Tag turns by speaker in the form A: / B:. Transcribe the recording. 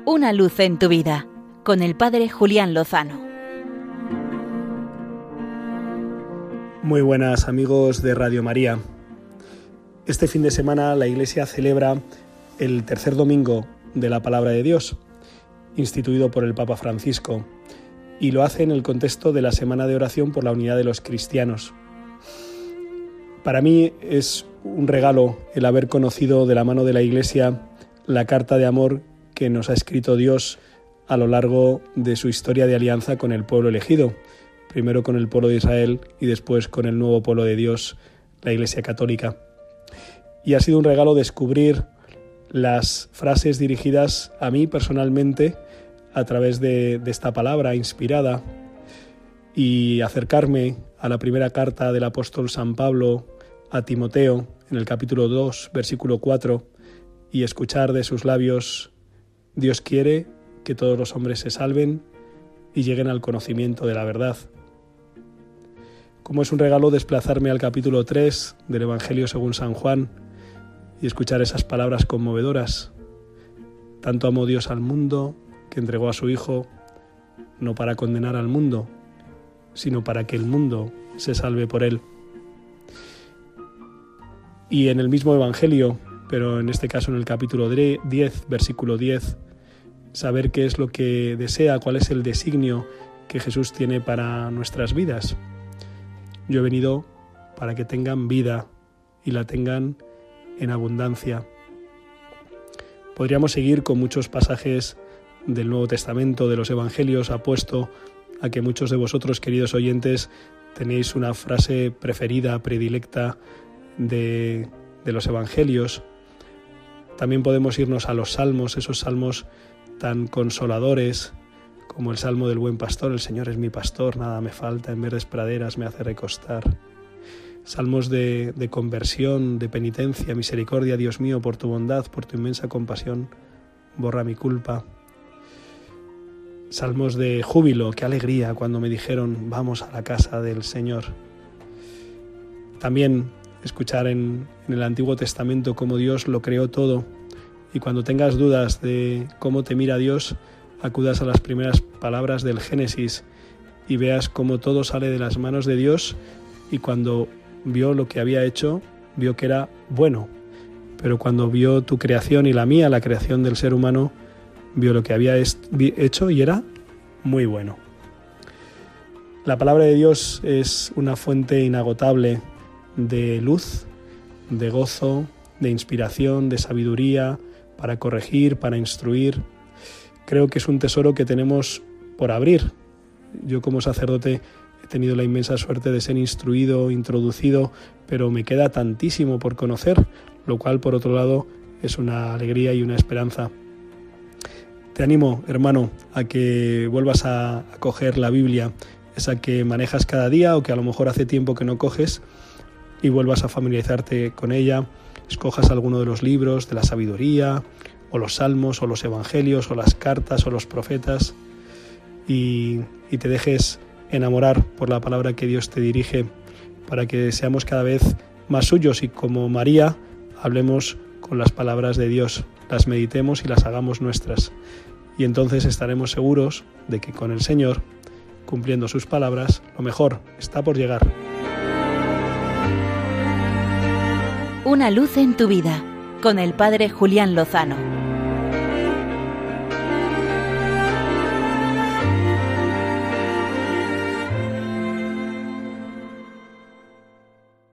A: Una luz en tu vida, con el Padre Julián Lozano.
B: Muy buenas amigos de Radio María. Este fin de semana la Iglesia celebra el tercer domingo de la Palabra de Dios, instituido por el Papa Francisco, y lo hace en el contexto de la Semana de Oración por la Unidad de los Cristianos. Para mí es un regalo el haber conocido de la mano de la Iglesia la carta de amor que nos ha escrito Dios a lo largo de su historia de alianza con el pueblo elegido, primero con el pueblo de Israel y después con el nuevo pueblo de Dios, la Iglesia Católica. Y ha sido un regalo descubrir las frases dirigidas a mí personalmente a través de esta palabra inspirada y acercarme a la primera carta del apóstol San Pablo a Timoteo en el capítulo 2, versículo 4, y escuchar de sus labios: Dios quiere que todos los hombres se salven y lleguen al conocimiento de la verdad. Como es un regalo desplazarme al capítulo 3 del Evangelio según San Juan y escuchar esas palabras conmovedoras. Tanto amó Dios al mundo que entregó a su Hijo, no para condenar al mundo, sino para que el mundo se salve por él. Y en el mismo Evangelio, pero en este caso en el capítulo 10, versículo 10, saber qué es lo que desea, cuál es el designio que Jesús tiene para nuestras vidas. Yo he venido para que tengan vida y la tengan en abundancia. Podríamos seguir con muchos pasajes del Nuevo Testamento, de los Evangelios. Apuesto a que muchos de vosotros, queridos oyentes, tenéis una frase preferida, predilecta de los Evangelios. También podemos irnos a los salmos, esos salmos tan consoladores como el Salmo del Buen Pastor: el Señor es mi pastor, nada me falta, en verdes praderas me hace recostar. Salmos de conversión, de penitencia: misericordia, Dios mío, por tu bondad, por tu inmensa compasión, borra mi culpa. Salmos de júbilo: qué alegría cuando me dijeron vamos a la casa del Señor. También escuchar en el Antiguo Testamento cómo Dios lo creó todo, y cuando tengas dudas de cómo te mira Dios, acudas a las primeras palabras del Génesis y veas cómo todo sale de las manos de Dios, y cuando vio lo que había hecho, vio que era bueno, pero cuando vio tu creación y la mía, la creación del ser humano, vio lo que había hecho y era muy bueno. La palabra de Dios es una fuente inagotable de luz, de gozo, de inspiración, de sabiduría, para corregir, para instruir. Creo que es un tesoro que tenemos por abrir. Yo como sacerdote he tenido la inmensa suerte de ser instruido, introducido, pero me queda tantísimo por conocer, lo cual por otro lado es una alegría y una esperanza. Te animo, hermano, a que vuelvas a coger la Biblia, esa que manejas cada día o que a lo mejor hace tiempo que no coges, y vuelvas a familiarizarte con ella. Escojas alguno de los libros de la sabiduría, o los salmos, o los evangelios, o las cartas, o los profetas, y te dejes enamorar por la palabra que Dios te dirige, para que seamos cada vez más suyos y, como María, hablemos con las palabras de Dios, las meditemos y las hagamos nuestras. Y entonces estaremos seguros de que con el Señor, cumpliendo sus palabras, lo mejor está por llegar.
A: Una luz en tu vida, con el Padre Julián Lozano.